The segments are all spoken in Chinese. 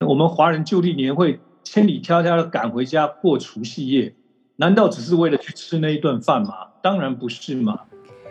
我们华人旧历年会千里迢迢的赶回家过除夕夜，难道只是为了去吃那一顿饭吗？当然不是嘛。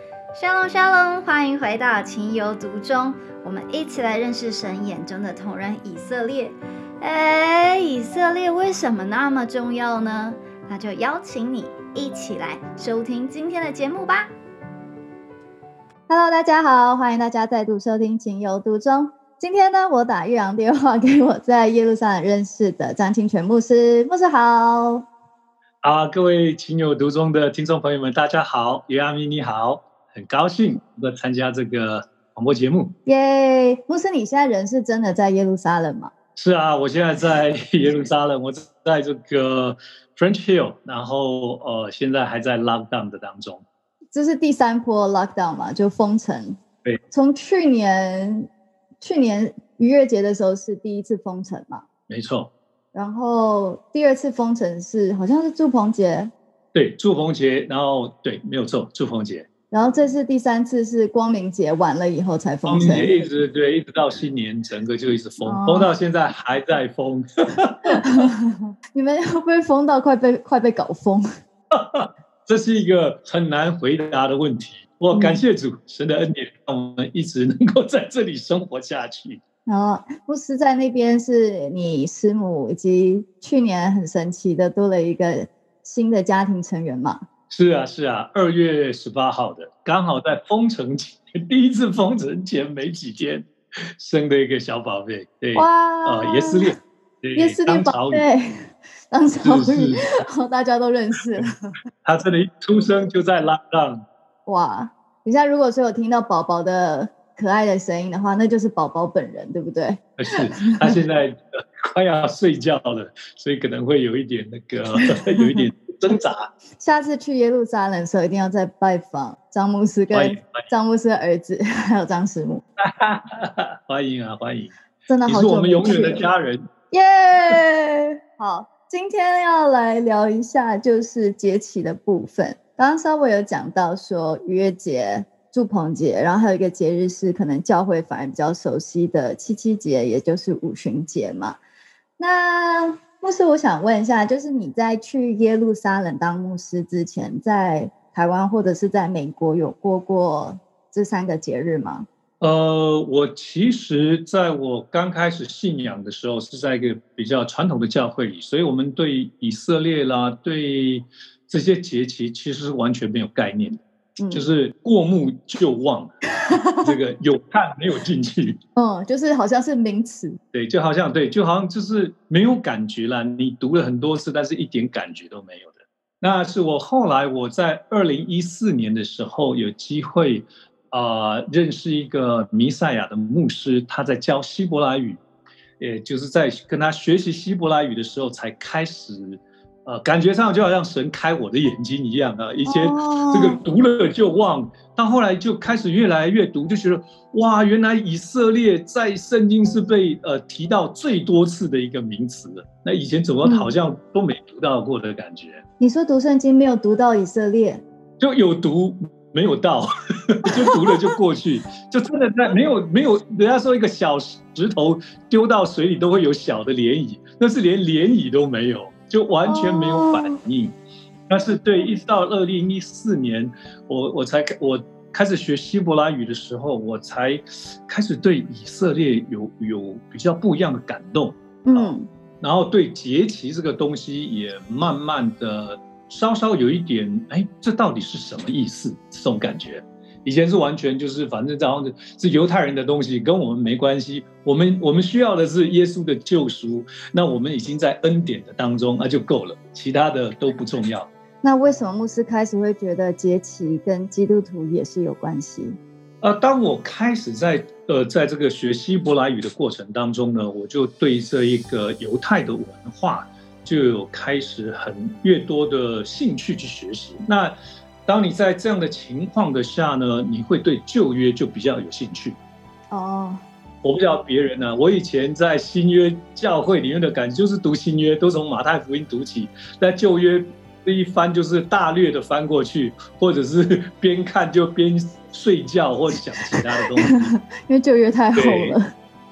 Shalom，欢迎回到情有独钟，我们一起来认识神眼中的同人以色列。以色列为什么那么重要呢？那就邀请你一起来收听今天的节目吧。Hello， 大家好，欢迎大家再度收听情有独钟。今天呢，我打岳阳电话给我在耶路撒冷认识的张清泉牧师。牧师好。 各位情有独钟的听众朋友们，大家好，岳阳你好，很高兴能够参加这个广播节目。 耶，牧师，你现在人是真的在耶路撒冷吗？ 是啊，我现在在耶路撒冷，我在这个 French Hill， 然后现在还在 lockdown 的当中。 这是第3波 lockdown 嘛，就封城。 对， 从去年逾越节的时候是第一次封城嘛， 没错。然后第2次封城是好像是祝棚节。 对，祝棚节，然后对，没有错，祝棚节。 然后这次第3次是光明节完了以后才封城。 光明节一直到新年，整个就一直封，封到现在还在封。 你们会不会封到快被搞疯？ 这是一个很难回答的问题。我感谢主，神的恩典让我们一直能够在这里生活下去。 然后牧师在那边是你师母，以及去年很神奇的多了一个新的家庭成员嘛？是啊 ，2月18号的，刚好在封城前，第一次封城前没几天生的一个小宝贝。对， 哇， 耶斯列宝贝，当潮语，大家都认识了。 他真的一出生就在拉上。 哇，等一下如果说有听到宝宝的可爱的声音的话，那就是宝宝本人，对不对？ 是，他现在快要睡觉了，所以可能会有一点有一点挣扎。 下次去耶路撒冷的时候，一定要再拜访张牧师跟张牧师的儿子，还有张师母。 欢迎啊，欢迎！ 真的好久没去了， 你是我们永远的家人。 耶！好，今天要来聊一下就是节期的部分。刚刚稍微有讲到说逾越节、祝棚节，然后还有一个节日是可能教会反而比较熟悉的七七节，也就是五旬节嘛。那牧师，我想问一下，就是你在去耶路撒冷当牧师之前，在台湾或者是在美国有过这3个节日吗？ 我其实在我刚开始信仰的时候是在一个比较传统的教会里，所以我们对以色列啦，对这些节期其实是完全没有概念的。就是过目就忘，这个有看没有进去。 就是好像是名词。 对，就好像就是没有感觉啦。你读了很多次，但是一点感觉都没有的。那是我后来我在2014年的时候有机会认识一个弥赛亚的牧师，他在教希伯来语，也就是在跟他学习希伯来语的时候才开始。感觉上就好像神开我的眼睛一样啊！以前这个读了就忘，到后来就开始越来越读，就觉得哇，原来以色列在圣经是被提到最多次的一个名词了。那以前怎么好像都没读到过的感觉。 你说读圣经没有读到以色列， 就有读没有到，就读了就过去，就真的在没有，人家说一个小石头丢到水里都会有小的涟漪，那是连涟漪都没有。就完全没有反应。但是对，一直到2014年，我开始学希伯来语的时候，我才开始对以色列有比较不一样的感动。然后对节期这个东西也慢慢的稍稍有一点，这到底是什么意思？这种感觉。以前是完全就是反正这好像是犹太人的东西，跟我们没关系。我们需要的是耶稣的救赎，那我们已经在恩典的当中，那就够了，其他的都不重要。 那为什么牧师开始会觉得节期跟基督徒也是有关系？ 当我开始在这个学希伯来语的过程当中呢，我就对这一个犹太的文化就有开始越多的兴趣去学习。那当你在这样的情况的下呢，你会对旧约就比较有兴趣。我不知道别人呢，我以前在新约教会里面的感觉就是读新约都从马太福音读起，在旧约这一翻就是大略的翻过去，或者是边看就边睡觉或者想其他的东西。 因为旧约太厚了。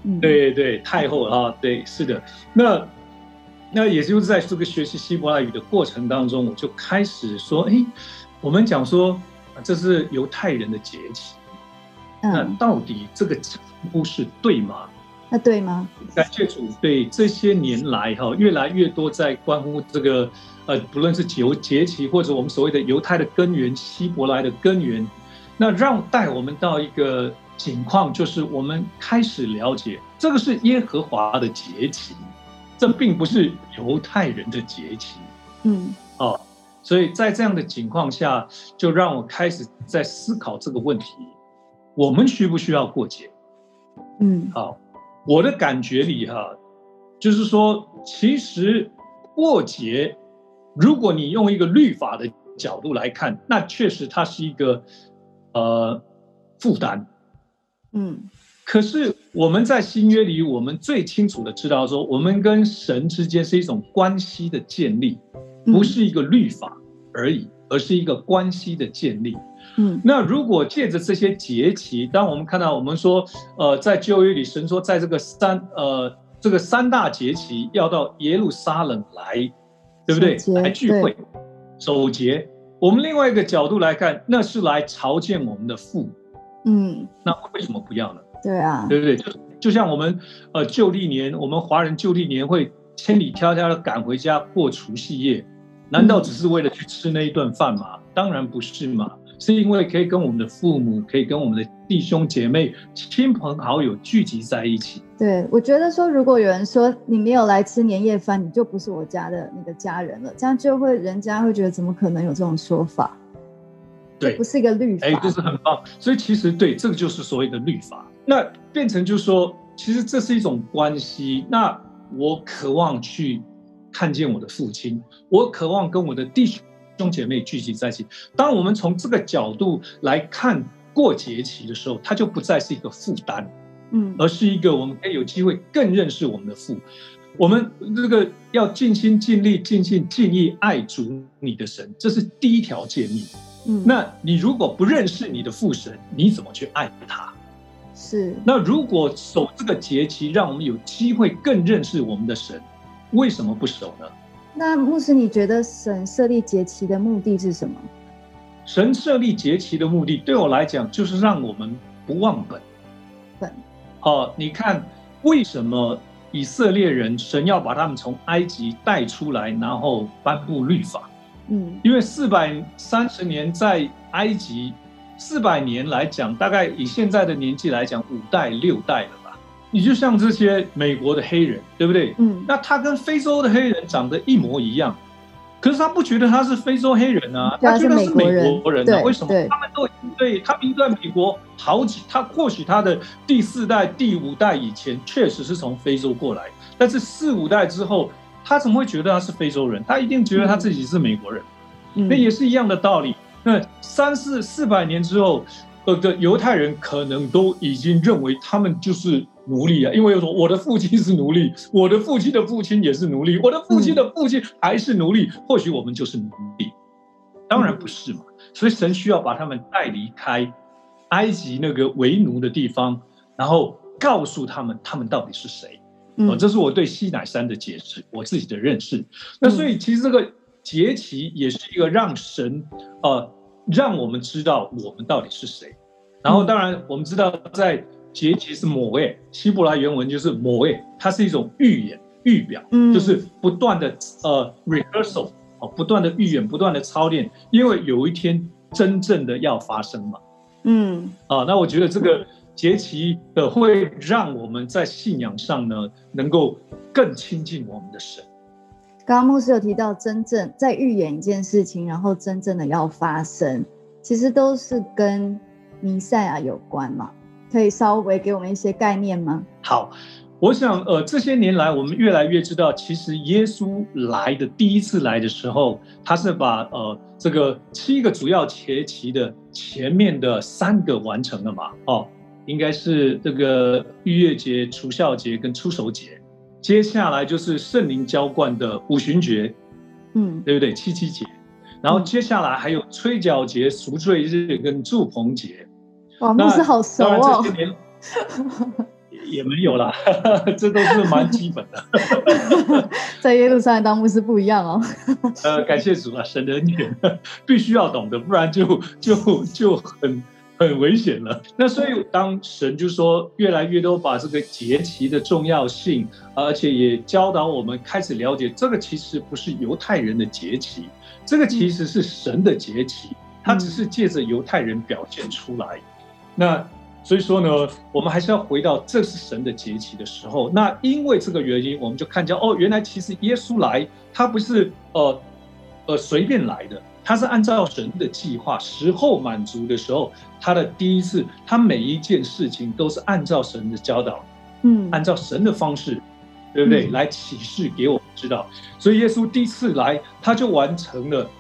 对对，太后啊，对，是的。那也就是在这个学习希伯来语的过程当中，我就开始说，我们讲说这是犹太人的节期，那到底这个称呼是对吗？ 那对吗？ 感谢主，对这些年来越来越多在关乎这个不论是节期或者我们所谓的犹太的根源、希伯来的根源，那带我们到一个情况，就是我们开始了解这个是耶和华的节期，这并不是犹太人的节期。所以在这样的情况下，就让我开始在思考这个问题：我们需不需要过节？我的感觉里就是说，其实过节，如果你用一个律法的角度来看，那确实它是一个负担。可是我们在新约里，我们最清楚的知道说，我们跟神之间是一种关系的建立，不是一个律法而已，而是一个关系的建立。那如果借着这些节期，当我们看到我们说，在旧约里，神说在这个三大节期要到耶路撒冷来，对不对？来聚会、守节。我们另外一个角度来看，那是来朝见我们的父。那为什么不要呢？ 对啊， 对不对？就像我们旧历年，我们华人旧历年会千里迢迢的赶回家过除夕夜，难道只是为了去吃那一顿饭吗？当然不是嘛。是因为可以跟我们的父母，可以跟我们的弟兄姐妹、亲朋好友聚集在一起。 对，我觉得说，如果有人说你没有来吃年夜饭，你就不是我家的那个家人了，这样就会人家会觉得怎么可能有这种说法？对，不是一个律法。 这是很棒。所以其实对，这个就是所谓的律法。那变成就是说，其实这是一种关系。那我渴望去看见我的父亲，我渴望跟我的弟兄姐妹聚集在一起。当我们从这个角度来看过节期的时候，它就不再是一个负担，而是一个我们可以有机会更认识我们的父。我们这个要尽心尽力、尽心尽意爱主你的神，这是第一条诫命。那你如果不认识你的父神，你怎么去爱他？ 是。 那如果守这个节期，让我们有机会更认识我们的神，为什么不守呢？ 那牧师，你觉得神设立节期的目的是什么？ 神设立节期的目的，对我来讲，就是让我们不忘本。你看，为什么以色列人神要把他们从埃及带出来，然后颁布律法？因为430年在埃及，400年来讲，大概以现在的年纪来讲，5代6代了吧？你就像这些美国的黑人，对不对？那他跟非洲的黑人长得一模一样，可是他不觉得他是非洲黑人啊，他觉得是美国人啊。为什么？他们都他们在美国他或许他的第4代、第5代以前确实是从非洲过来，但是4、5代之后，他怎么会觉得他是非洲人？他一定觉得他自己是美国人。那也是一样的道理。那400年之后，的犹太人可能都已经认为他们就是奴隶啊，因为我的父亲是奴隶，我的父亲的父亲也是奴隶，我的父亲的父亲还是奴隶，或许我们就是奴隶。当然不是嘛。所以神需要把他们带离开埃及那个为奴的地方，然后告诉他们到底是谁。这是我对西乃山的解释，我自己的认识。那所以其实这个节期也是一个让神让我们知道我们到底是谁。然后当然我们知道在节期是摩耶，希伯来原文就是摩耶，它是一种预演预表，就是不断的rehearsal， 不断的预演，不断的操练，因为有一天真正的要发生嘛。那我觉得这个节期会让我们在信仰上呢能够更亲近我们的神。 刚刚牧师有提到真正在预演一件事情，然后真正的要发生，其实都是跟弥赛亚有关嘛？可以稍微给我们一些概念吗？ 好，我想这些年来我们越来越知道，其实耶稣第一次来的时候，他是把这个7个主要节期的前面的3个完成了嘛？应该是这个逾越节、除酵节跟出手节。接下来就是圣灵浇灌的五旬节，对不对？7节，然后接下来还有吹角节、赎罪日跟住棚节。 哇，牧师好熟哦！ 也没有啦，这都是蛮基本的。 在耶路撒冷当牧师不一样哦。 感谢主啊，神的恩典必须要懂得，不然就很危险了。那所以当神就说越来越多把这个节期的重要性，而且也教导我们开始了解，这个其实不是犹太人的节期，这个其实是神的节期，它只是借着犹太人表现出来。那所以说呢，我们还是要回到这是神的节期的时候。那因为这个原因，我们就看见原来其实耶稣来，他不是随便来的，他是按照神的计划，时候满足的时候，他的第一次，他每一件事情都是按照神的教导，按照神的方式，对不对？来启示给我们知道。所以耶稣第一次来，他就完成了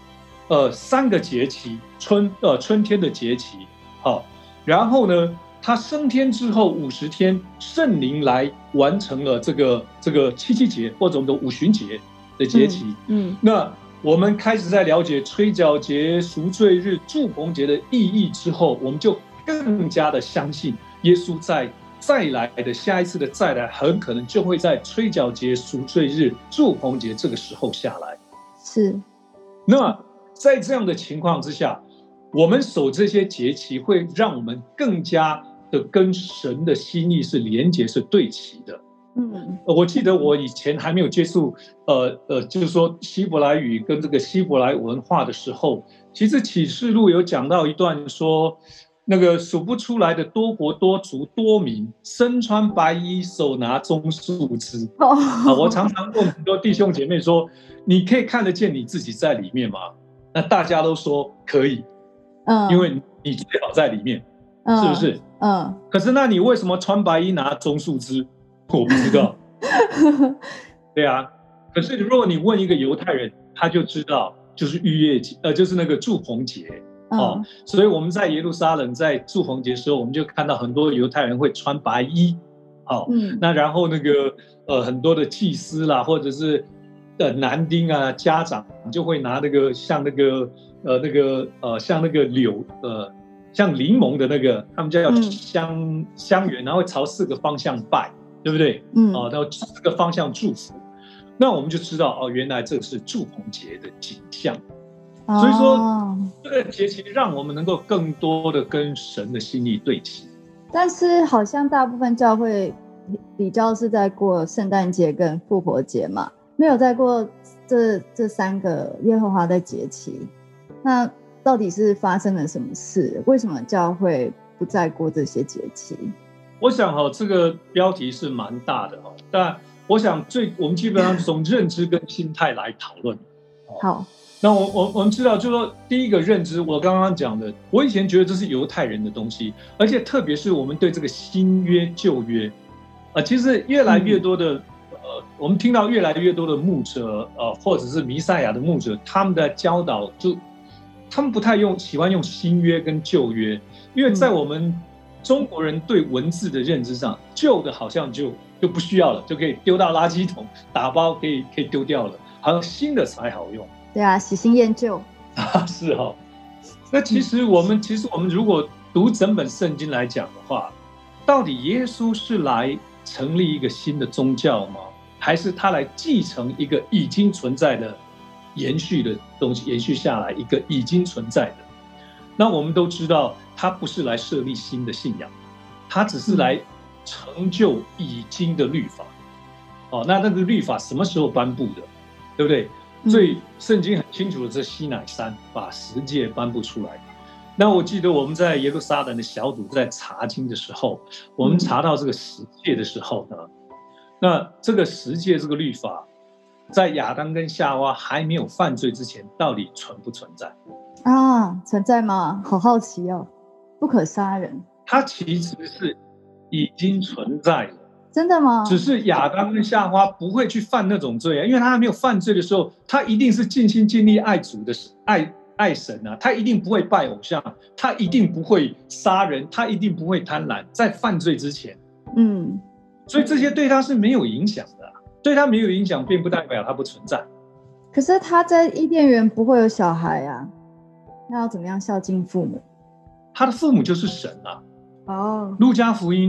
3个节期，春天的节期，好，然后呢，他升天之后50天，圣灵来完成了这个七七节或者我们的五旬节的节期。那我们开始在了解吹角节、赎罪日、住棚节的意义之后，我们就更加的相信耶稣再来的下一次的再来，很可能就会在吹角节、赎罪日、住棚节这个时候下来。 是。 那在这样的情况之下，我们守这些节期，会让我们更加的跟神的心意是连结、是对齐的。我记得我以前还没有接触就是说希伯来语跟这个希伯来文化的时候，其实启示录有讲到一段说，那个数不出来的多国多族多民，身穿白衣，手拿棕树枝。我常常问很多弟兄姐妹说，你可以看得见你自己在里面吗？那大家都说可以，因为你最好在里面，是不是？可是那你为什么穿白衣拿棕树枝？我不知道。对啊，可是如果你问一个犹太人，他就知道，就是逾越节，就是那个住棚节。所以我们在耶路撒冷在住棚节的时候，我们就看到很多犹太人会穿白衣。那然后那个很多的祭司啦，或者是男丁啊，家长就会拿那个像那个像那个柳像柠檬的那个，他们叫香园，然后朝4个方向拜，对不对？然后4个方向祝福。那我们就知道原来这是住棚节的景象。所以说这个节期让我们能够更多的跟神的心意对齐。 但是好像大部分教会比较是在过圣诞节跟复活节嘛，没有在过这3个耶和华的节期。那到底是发生了什么事？为什么教会不再过这些节期？ 我想这个标题是蛮大的，但我想我们基本上从认知跟心态来讨论。 好， 那我们知道，就是说第一个认知，我刚刚讲的，我以前觉得这是犹太人的东西，而且特别是我们对这个新约旧约，其实越来越多的我们听到越来越多的牧者或者是弥赛亚的牧者，他们的教导就他们不太喜欢用新约跟旧约，因为在我们中国人对文字的认知上，旧的好像就不需要了，就可以丢到垃圾桶，打包可以丢掉了，好像新的才好用。 对啊，喜新厌旧。 是那其实我们如果读整本圣经来讲的话，到底耶稣是来成立一个新的宗教吗？还是他来继承一个已经存在的延续的东西，延续下来一个已经存在的？那我们都知道，他不是来设立新的信仰，他只是来成就已经的律法。那个律法什么时候颁布的，对不对？所以圣经很清楚的，在西乃山把10诫颁布出来。那我记得我们在耶路撒冷的小组在查经的时候，我们查到这个10诫的时候呢，那这个10诫这个律法，在亚当跟夏娃还没有犯罪之前，到底存不存在？ 存在吗？好好奇哦。不可杀人， 它其实是已经存在了。 真的吗？ 只是亚当跟夏娃不会去犯那种罪因为他还没有犯罪的时候，他一定是尽心尽力爱主的，爱神啊，他一定不会拜偶像，他一定不会杀人，他一定不会贪婪，在犯罪之前。所以这些对他是没有影响的，对他没有影响，并不代表他不存在。 可是他在伊甸园不会有小孩啊，那要怎么样孝敬父母？ 他的父母就是神啊。路加福音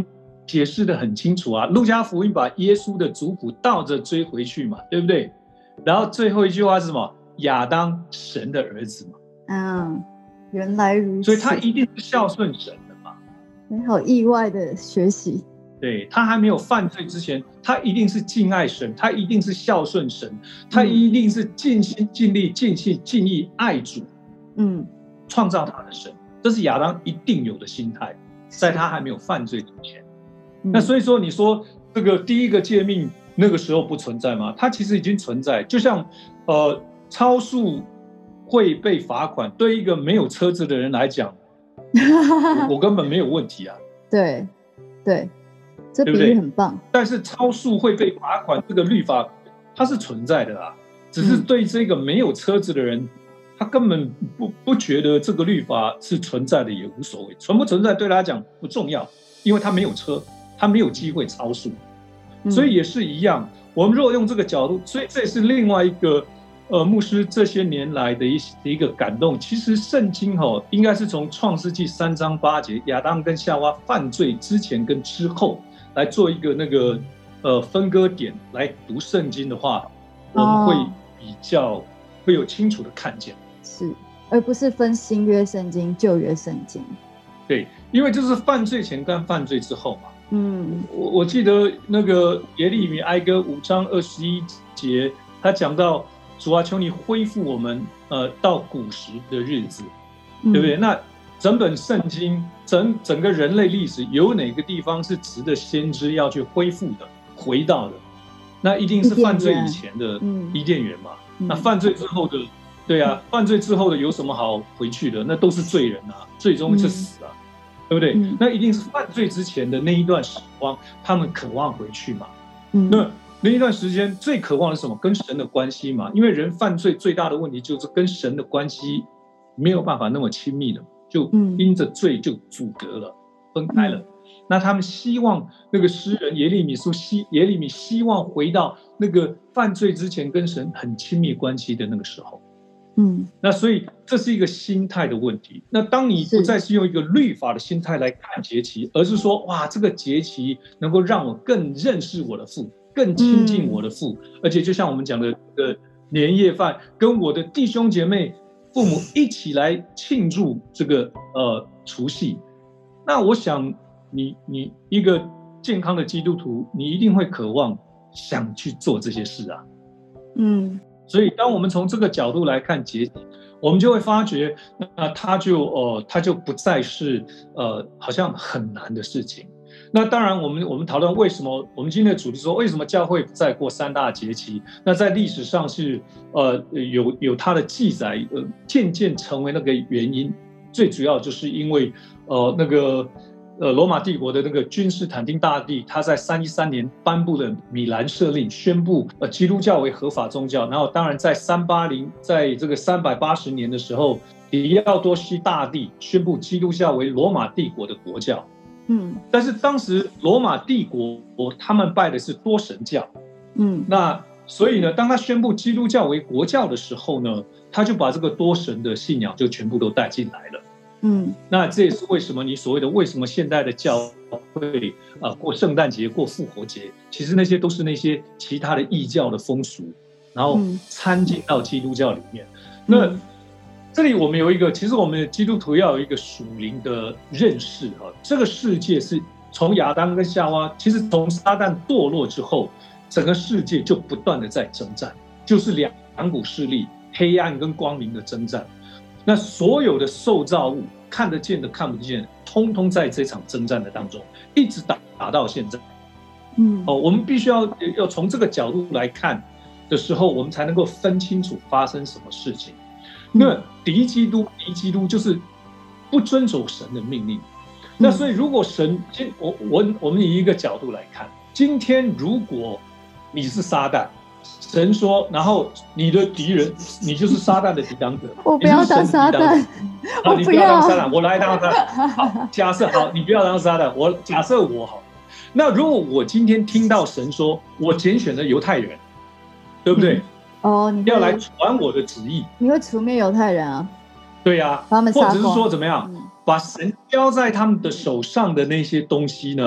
解释得很清楚啊。路加福音把耶稣的族谱倒着追回去嘛，对不对？然后最后一句话是什么？亚当神的儿子嘛。 原来如此。 所以他一定是孝顺神的嘛。 好意外的学习。 对，他还没有犯罪之前，他一定是敬爱神，他一定是孝顺神，他一定是尽心尽力尽心尽意爱主，创造他的神，这是亚当一定有的心态，在他还没有犯罪之前。那所以说，你说这个第一个诫命那个时候不存在吗？它其实已经存在，就像超速会被罚款，对一个没有车子的人来讲，我根本没有问题啊。 对对。这比喻很棒， 但是超速会被罚款，这个律法它是存在的啦，只是对这个没有车子的人，他根本不觉得这个律法是存在的，也无所谓，存不存在对他讲不重要，因为他没有车，他没有机会超速，所以也是一样。我们如果用这个角度，所以这也是另外一个牧师这些年来的一个感动。其实圣经应该是从创世纪3章8节亚当跟夏娃犯罪之前跟之后来做一个那个分割点来读圣经的话，我们会比较会有清楚的看见， 是，而不是分新约圣经旧约圣经。 对，因为就是犯罪前跟犯罪之后嘛。我记得那个耶利米哀歌5章21节，他讲到主啊，求你恢复我们到古时的日子，对不对？那整本圣经整个人类历史有哪个地方是值得先知要去恢复的回到的？那一定是犯罪以前的伊甸园嘛。那犯罪之后的，对啊，犯罪之后的有什么好回去的？那都是罪人啊，最终是死啊，对不对？那一定是犯罪之前的那一段时光，他们渴望回去嘛。那一段时间最渴望的是什么？跟神的关系嘛。因为人犯罪最大的问题就是跟神的关系没有办法那么亲密的，就因着罪就阻隔了，分开了。那他们希望那个诗人耶利米希望回到那个犯罪之前跟神很亲密关系的那个时候。那所以这是一个心态的问题。那当你不再是用一个律法的心态来看节期，而是说哇，这个节期能够让我更认识我的父，更亲近我的父，而且就像我们讲的年夜饭，跟我的弟兄姐妹父母一起来庆祝这个除夕。那我想你一个健康的基督徒，你一定会渴望想去做这些事啊。所以当我们从这个角度来看节期，我们就会发觉，那它就不再是好像很难的事情。那当然我们讨论为什么我们今天的主题说为什么教会不再过3大节期，那在历史上是有它的记载，渐渐成为那个原因。最主要就是因为那个罗马帝国的那个君士坦丁大帝，他在313年颁布了米兰赦令，宣布基督教为合法宗教。然后当然在在这个380年的时候，狄奥多西大帝宣布基督教为罗马帝国的国教。但是当时罗马帝国他们拜的是多神教。那所以呢，当他宣布基督教为国教的时候呢，他就把这个多神的信仰就全部都带进来了。那这也是为什么你所谓的为什么现代的教会过圣诞节过复活节，其实那些都是那些其他的异教的风俗，然后掺进到基督教里面。那这里我们有一个，其实我们的基督徒要有一个属灵的认识这个世界是从亚当跟夏娃，其实从撒旦堕落之后，整个世界就不断的在征战，就是两股势力，黑暗跟光明的征战。那所有的受造物，看得见的看不见的，通通在这场征战的当中一直打到现在。我们必须要从这个角度来看的时候，我们才能够分清楚发生什么事情。那敌基督就是不遵守神的命令。那所以如果神，我们以一个角度来看，今天如果你是撒旦，神说，然后你的敌人，你就是撒旦的抵挡者。 我不要当撒旦， 你不要当撒旦，我来当撒旦。好，假设好，你不要当撒旦，假设我好。那如果我今天听到神说，我拣选了犹太人，对不对？你要来传我的旨意， 你会除灭犹太人啊？ 对啊， 把他们杀光， 或者是说怎么样，把神交在他们的手上的那些东西呢，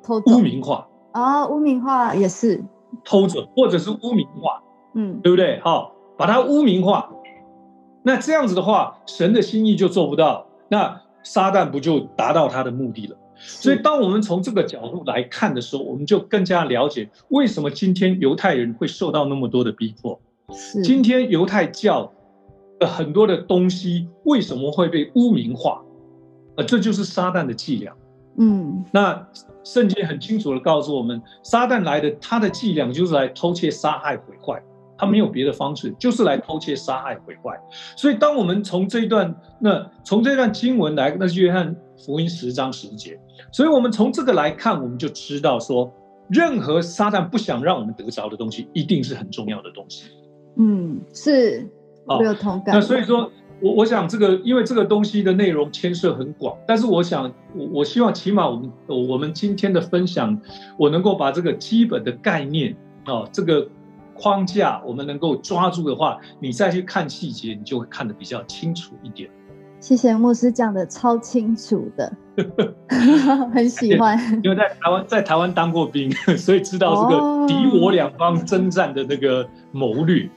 偷走污名化污名化也是偷走，或者是污名化，对不对？把它污名化，那这样子的话，神的心意就做不到，那撒旦不就达到他的目的了？所以当我们从这个角度来看的时候，我们就更加了解为什么今天犹太人会受到那么多的逼迫，今天犹太教的很多的东西为什么会被污名化，这就是撒旦的伎俩。那圣经很清楚的告诉我们，撒旦来的他的伎俩就是来偷窃杀害毁坏，他没有别的方式，就是来偷窃杀害毁坏。所以当我们从这段经文来，那是约翰福音10章10节，所以我们从这个来看，我们就知道说，任何撒旦不想让我们得着的东西，一定是很重要的东西。 是，我有同感。 那所以说我想这个，因为这个东西的内容牵涉很广，但是我想我希望起码我们今天的分享，我能够把这个基本的概念这个框架我们能够抓住的话，你再去看细节，你就会看得比较清楚一点。 谢谢牧师讲的超清楚的很喜欢。 因为在台湾当过兵，所以知道这个敌我两方征战的那个谋略。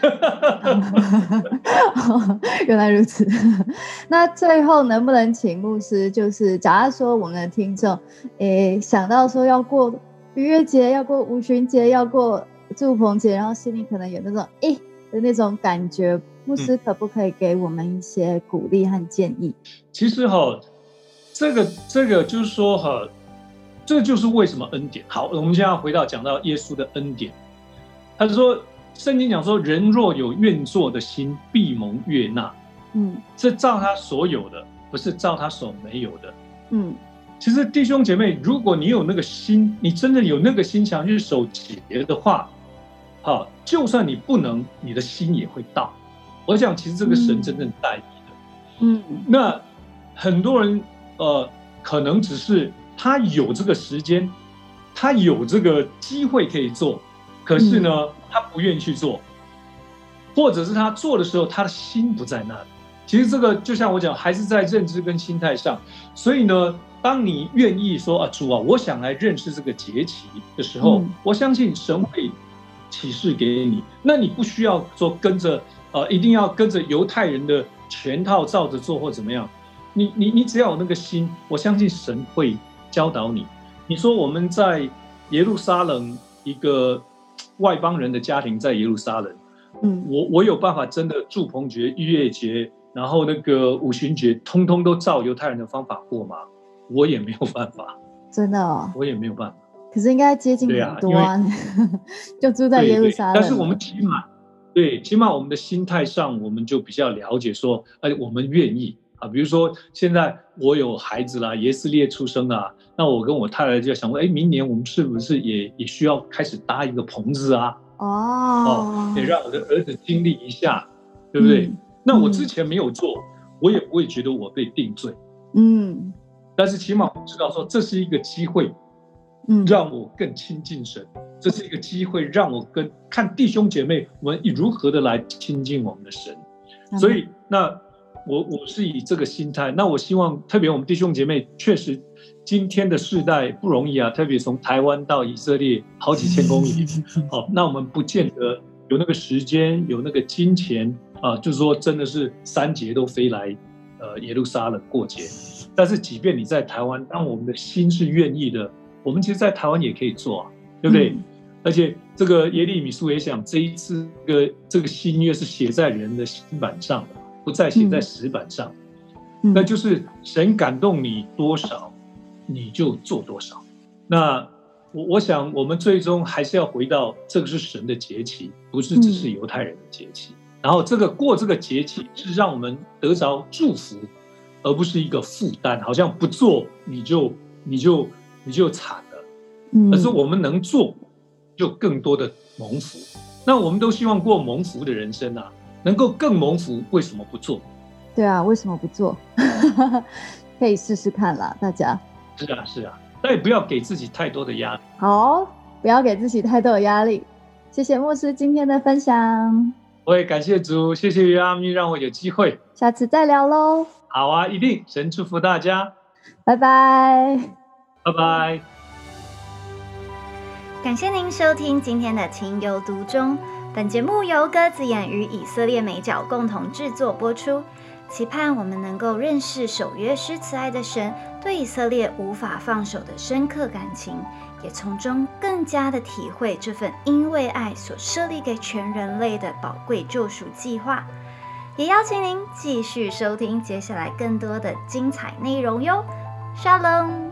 原来如此。那最后能不能请牧师，就是假如说我们的听众想到说要过逾越节，要过五旬节，要过祝棚节，然后心里可能有那种的那种感觉，牧师可不可以给我们一些鼓励和建议？ 其实这个就是说这就是为什么恩典。好，我们现在回到讲到耶稣的恩典，他说圣经讲说，人若有愿做的心，必蒙悦纳。是照他所有的，不是照他所没有的。其实弟兄姐妹，如果你有那个心，你真的有那个心想去守节的话，就算你不能，你的心也会到。我想其实这个神真正在意的。那很多人可能只是他有这个时间，他有这个机会可以做，可是呢他不愿意去做，或者是他做的时候他的心不在那里。其实这个就像我讲，还是在认知跟心态上。所以呢，当你愿意说主啊，我想来认识这个节期的时候，我相信神会启示给你。那你不需要说跟着一定要跟着犹太人的全套照着做或怎么样，你只要有那个心，我相信神会教导你。你说我们在耶路撒冷，一个外邦人的家庭在耶路撒冷，我有办法真的祝棚节、逾越节，然后那个五旬节，通通都照犹太人的方法过吗？我也没有办法， 真的我也没有办法。 可是应该接近很多就住在耶路撒冷。 但是我们起码我们的心态上，我们就比较了解说，我们愿意比如说现在我有孩子啦，耶斯列出生啦，那我跟我太太就想说，明年我们是不是也需要开始搭一个棚子啊？得让我的儿子经历一下，对不对？那我之前没有做，我也不会觉得我被定罪。但是起码我知道说这是一个机会，让我更亲近神，这是一个机会让我看弟兄姐妹我们如何的来亲近我们的神。所以那我是以这个心态，那我希望特别我们弟兄姐妹确实今天的世代不容易特别从台湾到以色列好几千公里那我们不见得有那个时间有那个金钱就是说真的是3节都飞来耶路撒冷过节。但是即便你在台湾，当我们的心是愿意的，我们其实在台湾也可以做对不对？而且这个耶利米书也讲，这一次这个新约是写在人的心板上的，不再写在石板上。那就是神感动你多少，你就做多少。那我想我们最终还是要回到这个是神的节期，不是只是犹太人的节期。然后过这个节期是让我们得着祝福，而不是一个负担，好像不做你就惨了。而是我们能做，就更多的蒙福。那我们都希望过蒙福的人生能够更蒙福，为什么不做？ 对啊，为什么不做？可以试试看啦，大家。 是啊，但也不要给自己太多的压力。 好，不要给自己太多的压力。谢谢牧师今天的分享。 我也感谢主，谢谢约阿咪让我有机会， 下次再聊咯。 好啊，一定，神祝福大家， 拜拜， 拜拜。 感谢您收听今天的情有独钟。本节目由鸽子眼与以色列美角共同制作播出，期盼我们能够认识守约施慈爱的神对以色列无法放手的深刻感情，也从中更加的体会这份因为爱所设立给全人类的宝贵救赎计划。也邀请您继续收听接下来更多的精彩内容哟。Shalom。